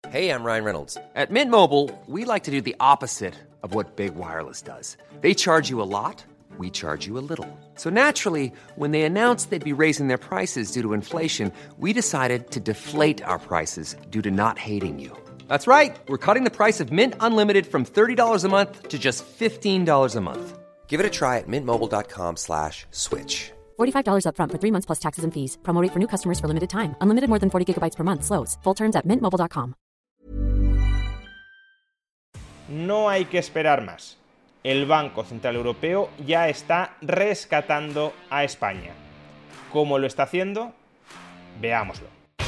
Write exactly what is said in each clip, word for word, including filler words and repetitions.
Hey, I'm Ryan Reynolds. At Mint Mobile, we like to do the opposite of what Big Wireless does. They charge you a lot, we charge you a little. So naturally, when they announced they'd be raising their prices due to inflation, we decided to deflate our prices due to not hating you. That's right. We're cutting the price of Mint Unlimited from thirty dollars a month to just fifteen dollars a month. Give it a try at mintmobile.com slash switch. forty-five dollars up front for three months plus taxes and fees. Promo rate for new customers for limited time. Unlimited more than forty gigabytes per month. Slows full terms at mint mobile dot com. No hay que esperar más. El Banco Central Europeo ya está rescatando a España. ¿Cómo lo está haciendo? Veámoslo.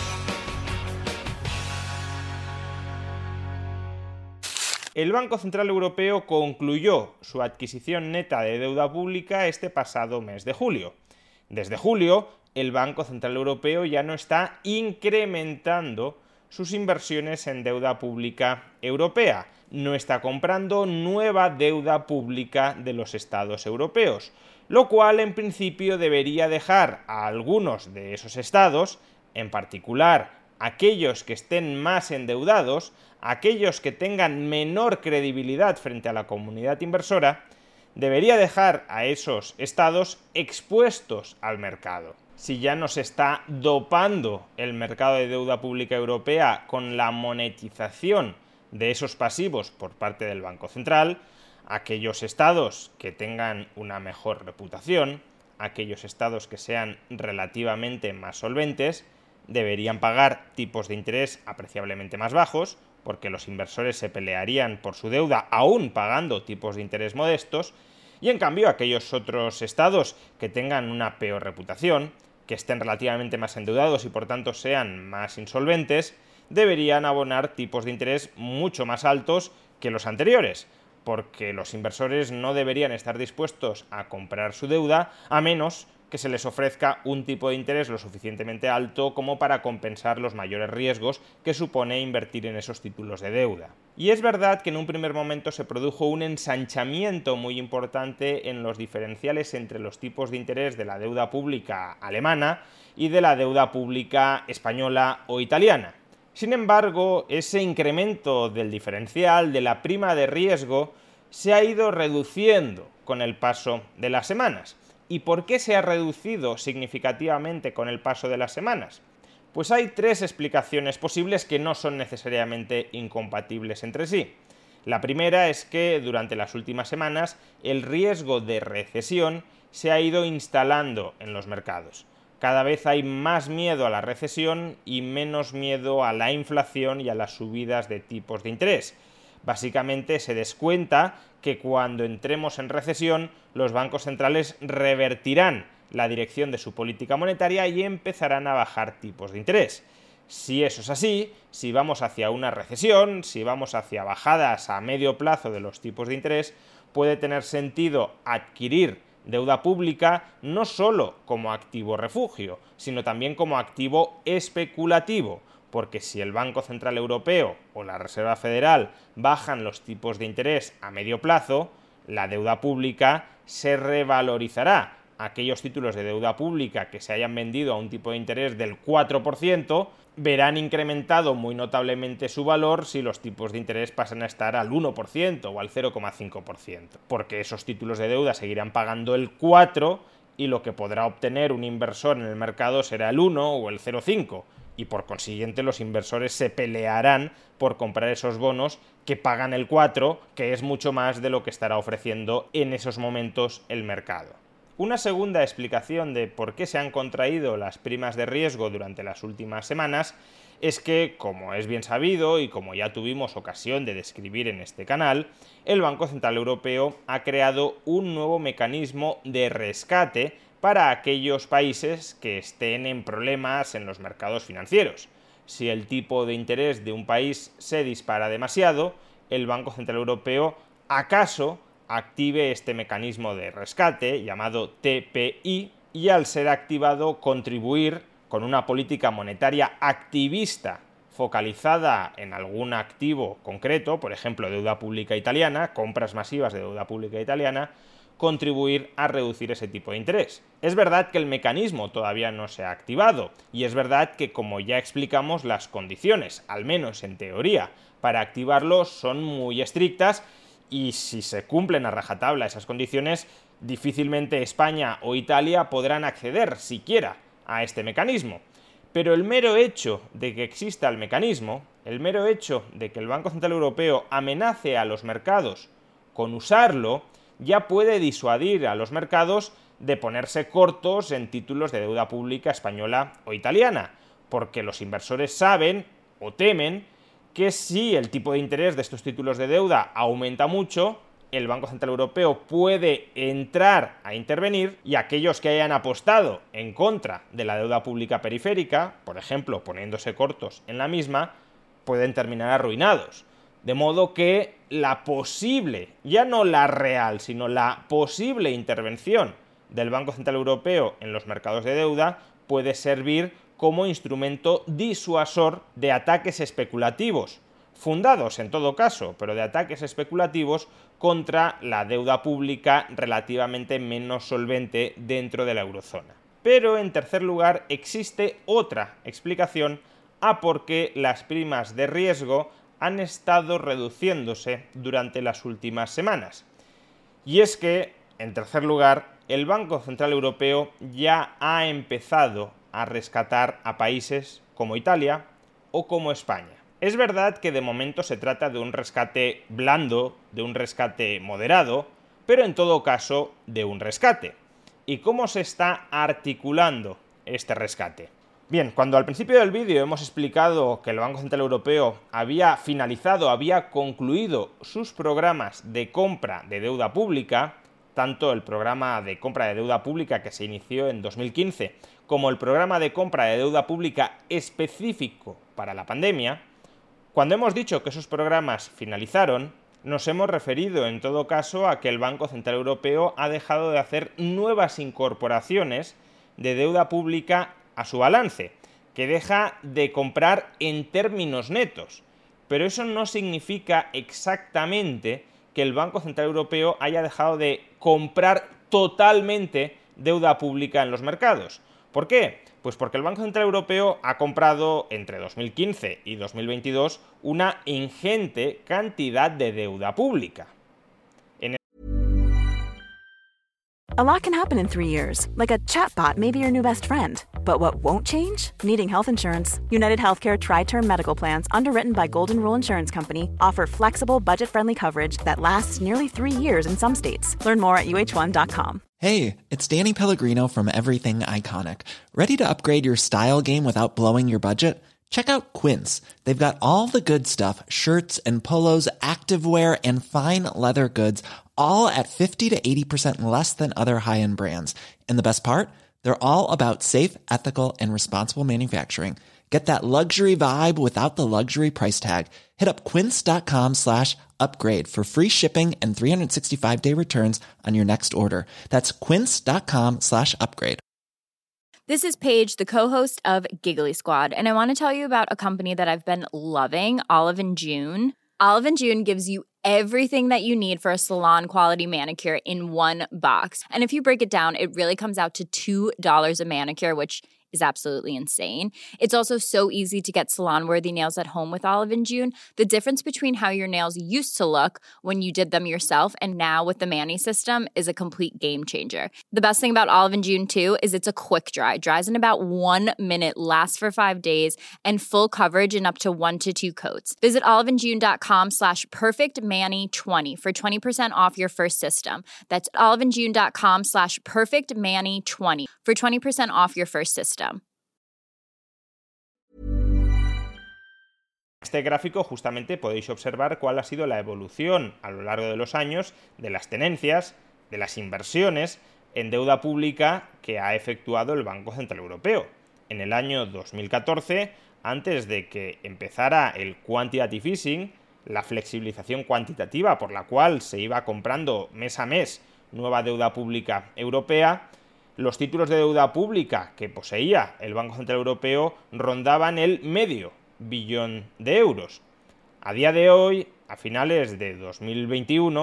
El Banco Central Europeo concluyó su adquisición neta de deuda pública este pasado mes de julio. Desde julio, el Banco Central Europeo ya no está incrementando sus inversiones en deuda pública europea, no está comprando nueva deuda pública de los estados europeos, lo cual en principio debería dejar a algunos de esos estados, en particular aquellos que estén más endeudados, aquellos que tengan menor credibilidad frente a la comunidad inversora, debería dejar a esos estados expuestos al mercado. Si ya no se está dopando el mercado de deuda pública europea con la monetización de esos pasivos por parte del Banco Central, aquellos estados que tengan una mejor reputación, aquellos estados que sean relativamente más solventes, deberían pagar tipos de interés apreciablemente más bajos, porque los inversores se pelearían por su deuda aún pagando tipos de interés modestos, y en cambio aquellos otros estados que tengan una peor reputación, que estén relativamente más endeudados y por tanto sean más insolventes, deberían abonar tipos de interés mucho más altos que los anteriores, porque los inversores no deberían estar dispuestos a comprar su deuda a menos que se les ofrezca un tipo de interés lo suficientemente alto como para compensar los mayores riesgos que supone invertir en esos títulos de deuda. Y es verdad que en un primer momento se produjo un ensanchamiento muy importante en los diferenciales entre los tipos de interés de la deuda pública alemana y de la deuda pública española o italiana. Sin embargo, ese incremento del diferencial de la prima de riesgo se ha ido reduciendo con el paso de las semanas. ¿Y por qué se ha reducido significativamente con el paso de las semanas? Pues hay tres explicaciones posibles que no son necesariamente incompatibles entre sí. La primera es que durante las últimas semanas el riesgo de recesión se ha ido instalando en los mercados. Cada vez hay más miedo a la recesión y menos miedo a la inflación y a las subidas de tipos de interés. Básicamente se descuenta que cuando entremos en recesión, los bancos centrales revertirán la dirección de su política monetaria y empezarán a bajar tipos de interés. Si eso es así, si vamos hacia una recesión, si vamos hacia bajadas a medio plazo de los tipos de interés, puede tener sentido adquirir deuda pública no solo como activo refugio, sino también como activo especulativo, porque si el Banco Central Europeo o la Reserva Federal bajan los tipos de interés a medio plazo, la deuda pública se revalorizará. Aquellos títulos de deuda pública que se hayan vendido a un tipo de interés del cuatro por ciento verán incrementado muy notablemente su valor si los tipos de interés pasan a estar al uno por ciento o al cero coma cinco por ciento, porque esos títulos de deuda seguirán pagando el cuatro por ciento y lo que podrá obtener un inversor en el mercado será el uno o el cero coma cinco por ciento. Y por consiguiente los inversores se pelearán por comprar esos bonos que pagan el cuatro, que es mucho más de lo que estará ofreciendo en esos momentos el mercado. Una segunda explicación de por qué se han contraído las primas de riesgo durante las últimas semanas es que, como es bien sabido y como ya tuvimos ocasión de describir en este canal, el Banco Central Europeo ha creado un nuevo mecanismo de rescate para aquellos países que estén en problemas en los mercados financieros. Si el tipo de interés de un país se dispara demasiado, el Banco Central Europeo acaso active este mecanismo de rescate llamado T P I y al ser activado contribuir con una política monetaria activista focalizada en algún activo concreto, por ejemplo deuda pública italiana, compras masivas de deuda pública italiana, contribuir a reducir ese tipo de interés. Es verdad que el mecanismo todavía no se ha activado, y es verdad que, como ya explicamos, las condiciones, al menos en teoría, para activarlo son muy estrictas, y si se cumplen a rajatabla esas condiciones, difícilmente España o Italia podrán acceder siquiera a este mecanismo. Pero el mero hecho de que exista el mecanismo, el mero hecho de que el Banco Central Europeo amenace a los mercados con usarlo, ya puede disuadir a los mercados de ponerse cortos en títulos de deuda pública española o italiana, porque los inversores saben o temen que si el tipo de interés de estos títulos de deuda aumenta mucho, el Banco Central Europeo puede entrar a intervenir, y aquellos que hayan apostado en contra de la deuda pública periférica, por ejemplo, poniéndose cortos en la misma, pueden terminar arruinados. De modo que la posible, ya no la real, sino la posible intervención del Banco Central Europeo en los mercados de deuda puede servir como instrumento disuasor de ataques especulativos, fundados en todo caso, pero de ataques especulativos contra la deuda pública relativamente menos solvente dentro de la eurozona. Pero, en tercer lugar, existe otra explicación a por qué las primas de riesgo han estado reduciéndose durante las últimas semanas. Y es que, en tercer lugar, el Banco Central Europeo ya ha empezado a rescatar a países como Italia o como España. Es verdad que de momento se trata de un rescate blando, de un rescate moderado, pero en todo caso de un rescate. ¿Y cómo se está articulando este rescate? Bien, cuando al principio del vídeo hemos explicado que el Banco Central Europeo había finalizado, había concluido sus programas de compra de deuda pública, tanto el programa de compra de deuda pública que se inició en dos mil quince como el programa de compra de deuda pública específico para la pandemia, cuando hemos dicho que esos programas finalizaron, nos hemos referido en todo caso a que el Banco Central Europeo ha dejado de hacer nuevas incorporaciones de deuda pública a su balance, que deja de comprar en términos netos. Pero eso no significa exactamente que el Banco Central Europeo haya dejado de comprar totalmente deuda pública en los mercados. ¿Por qué? Pues porque el Banco Central Europeo ha comprado entre dos mil quince y dos mil veintidós una ingente cantidad de deuda pública. A lot can happen in three years, like a chatbot may be your new best friend. But what won't change? Needing health insurance. United Healthcare Tri-Term Medical Plans, underwritten by Golden Rule Insurance Company, offer flexible, budget-friendly coverage that lasts nearly three years in some states. Learn more at U H one dot com. Hey, it's Danny Pellegrino from Everything Iconic. Ready to upgrade your style game without blowing your budget? Check out Quince. They've got all the good stuff, shirts and polos, activewear, and fine leather goods, all at fifty to eighty percent less than other high-end brands. And the best part? They're all about safe, ethical, and responsible manufacturing. Get that luxury vibe without the luxury price tag. Hit up quince.com slash upgrade for free shipping and three sixty-five day returns on your next order. That's quince.com slash upgrade. This is Paige, the co-host of Giggly Squad, and I want to tell you about a company that I've been loving, Olive and June. Olive and June gives you everything that you need for a salon-quality manicure in one box. And if you break it down, it really comes out to two dollars a manicure, which is absolutely insane. It's also so easy to get salon-worthy nails at home with Olive and June. The difference between how your nails used to look when you did them yourself and now with the Mani system is a complete game changer. The best thing about Olive and June, too, is it's a quick dry. Dries in about one minute, lasts for five days, and full coverage in up to one to two coats. Visit oliveandjune.com slash perfectmani20 for twenty percent off your first system. That's oliveandjune.com slash perfectmani20 for twenty percent off your first system. En este gráfico justamente podéis observar cuál ha sido la evolución a lo largo de los años de las tenencias, de las inversiones en deuda pública que ha efectuado el Banco Central Europeo. En el año dos mil catorce, antes de que empezara el quantitative easing, la flexibilización cuantitativa por la cual se iba comprando mes a mes nueva deuda pública europea, los títulos de deuda pública que poseía el Banco Central Europeo rondaban el medio billón de euros. A día de hoy, a finales de dos mil veintiuno,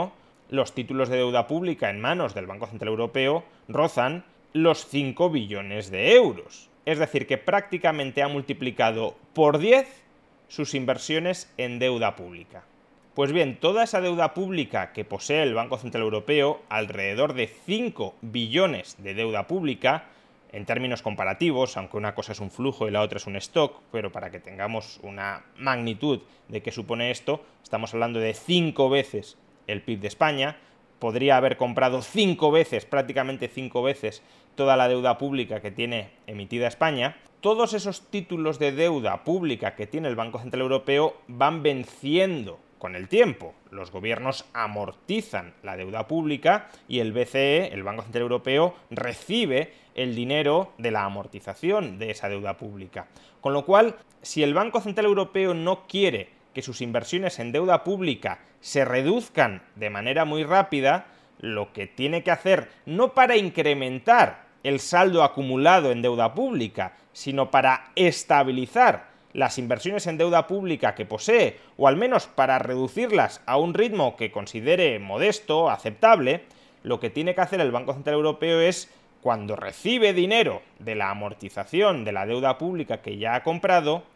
los títulos de deuda pública en manos del Banco Central Europeo rozan los cinco billones de euros. Es decir, que prácticamente ha multiplicado por diez sus inversiones en deuda pública. Pues bien, toda esa deuda pública que posee el Banco Central Europeo, alrededor de cinco billones de deuda pública, en términos comparativos, aunque una cosa es un flujo y la otra es un stock, pero para que tengamos una magnitud de qué supone esto, estamos hablando de cinco veces el P I B de España. Podría haber comprado cinco veces, prácticamente cinco veces, toda la deuda pública que tiene emitida España. Todos esos títulos de deuda pública que tiene el Banco Central Europeo van venciendo con el tiempo. Los gobiernos amortizan la deuda pública y el B C E, el Banco Central Europeo, recibe el dinero de la amortización de esa deuda pública. Con lo cual, si el Banco Central Europeo no quiere que sus inversiones en deuda pública se reduzcan de manera muy rápida, lo que tiene que hacer, no para incrementar el saldo acumulado en deuda pública, sino para estabilizar las inversiones en deuda pública que posee, o al menos para reducirlas a un ritmo que considere modesto, aceptable, lo que tiene que hacer el Banco Central Europeo es, cuando recibe dinero de la amortización de la deuda pública que ya ha comprado,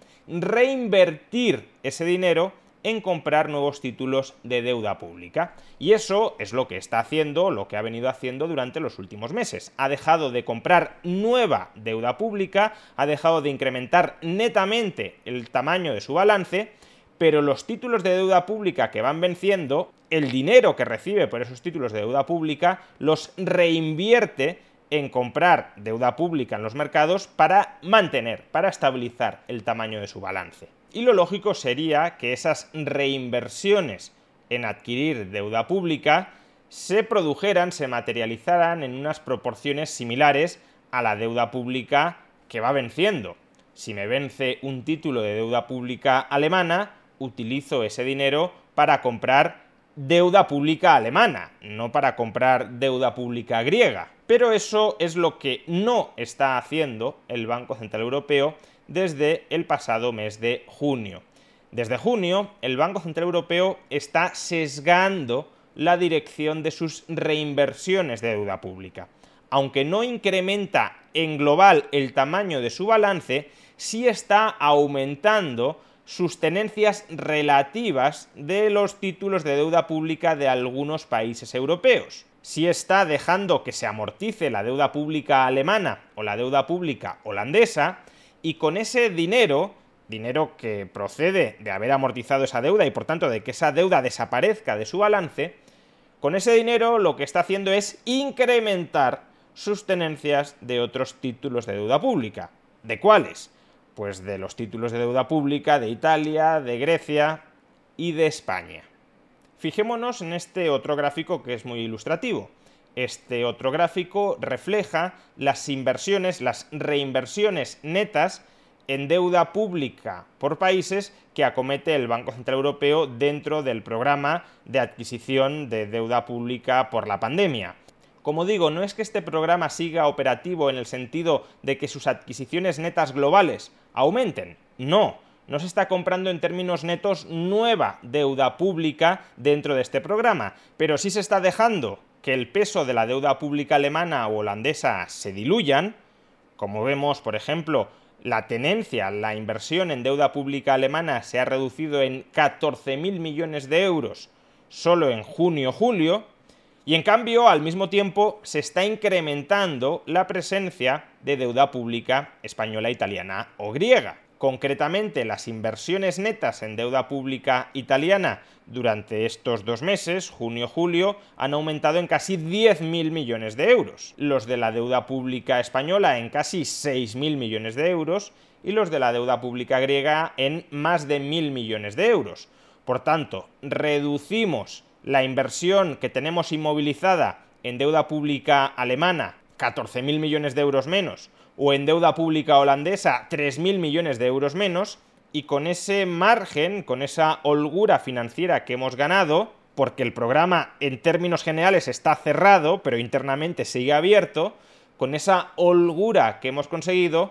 reinvertir ese dinero en comprar nuevos títulos de deuda pública. Y eso es lo que está haciendo, lo que ha venido haciendo durante los últimos meses. Ha dejado de comprar nueva deuda pública, ha dejado de incrementar netamente el tamaño de su balance, pero los títulos de deuda pública que van venciendo, el dinero que recibe por esos títulos de deuda pública, los reinvierte en comprar deuda pública en los mercados para mantener, para estabilizar el tamaño de su balance. Y lo lógico sería que esas reinversiones en adquirir deuda pública se produjeran, se materializaran en unas proporciones similares a la deuda pública que va venciendo. Si me vence un título de deuda pública alemana, utilizo ese dinero para comprar deuda pública alemana, no para comprar deuda pública griega. Pero eso es lo que no está haciendo el Banco Central Europeo desde el pasado mes de junio. Desde junio, el Banco Central Europeo está sesgando la dirección de sus reinversiones de deuda pública. Aunque no incrementa en global el tamaño de su balance, sí está aumentando sus tenencias relativas de los títulos de deuda pública de algunos países europeos. Sí está dejando que se amortice la deuda pública alemana o la deuda pública holandesa, y con ese dinero, dinero que procede de haber amortizado esa deuda y por tanto de que esa deuda desaparezca de su balance, con ese dinero lo que está haciendo es incrementar sus tenencias de otros títulos de deuda pública. ¿De cuáles? Pues de los títulos de deuda pública de Italia, de Grecia y de España. Fijémonos en este otro gráfico que es muy ilustrativo. Este otro gráfico refleja las inversiones, las reinversiones netas en deuda pública por países que acomete el Banco Central Europeo dentro del programa de adquisición de deuda pública por la pandemia. Como digo, no es que este programa siga operativo en el sentido de que sus adquisiciones netas globales aumenten, no. No se está comprando en términos netos nueva deuda pública dentro de este programa, pero sí se está dejando que el peso de la deuda pública alemana o holandesa se diluyan. Como vemos, por ejemplo, la tenencia, la inversión en deuda pública alemana se ha reducido en catorce mil millones de euros solo en junio-julio, y en cambio, al mismo tiempo, se está incrementando la presencia de deuda pública española, italiana o griega. Concretamente, las inversiones netas en deuda pública italiana durante estos dos meses, junio-julio, han aumentado en casi diez mil millones de euros. Los de la deuda pública española en casi seis mil millones de euros y los de la deuda pública griega en más de mil millones de euros. Por tanto, reducimos la inversión que tenemos inmovilizada en deuda pública alemana, catorce mil millones de euros menos, o en deuda pública holandesa, tres mil millones de euros menos, y con ese margen, con esa holgura financiera que hemos ganado, porque el programa en términos generales está cerrado, pero internamente sigue abierto, con esa holgura que hemos conseguido,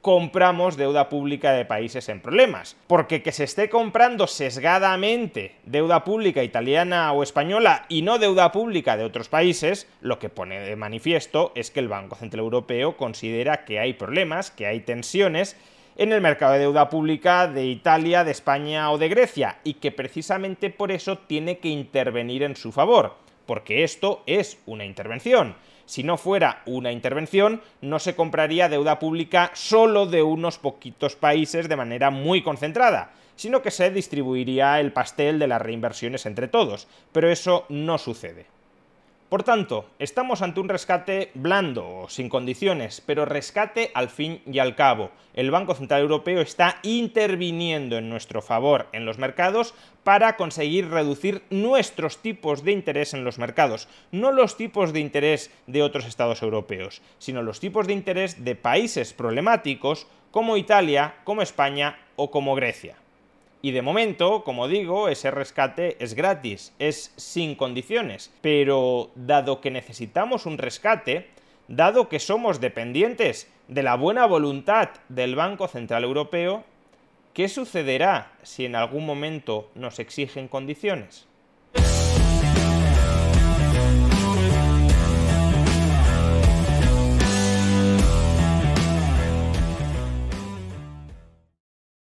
compramos deuda pública de países en problemas. Porque que se esté comprando sesgadamente deuda pública italiana o española y no deuda pública de otros países, lo que pone de manifiesto es que el Banco Central Europeo considera que hay problemas, que hay tensiones en el mercado de deuda pública de Italia, de España o de Grecia, y que precisamente por eso tiene que intervenir en su favor, porque esto es una intervención. Si no fuera una intervención, no se compraría deuda pública solo de unos poquitos países de manera muy concentrada, sino que se distribuiría el pastel de las reinversiones entre todos, pero eso no sucede. Por tanto, estamos ante un rescate blando, sin condiciones, pero rescate al fin y al cabo. El Banco Central Europeo está interviniendo en nuestro favor en los mercados para conseguir reducir nuestros tipos de interés en los mercados, no los tipos de interés de otros estados europeos, sino los tipos de interés de países problemáticos como Italia, como España o como Grecia. Y de momento, como digo, ese rescate es gratis, es sin condiciones. Pero dado que necesitamos un rescate, dado que somos dependientes de la buena voluntad del Banco Central Europeo, ¿qué sucederá si en algún momento nos exigen condiciones?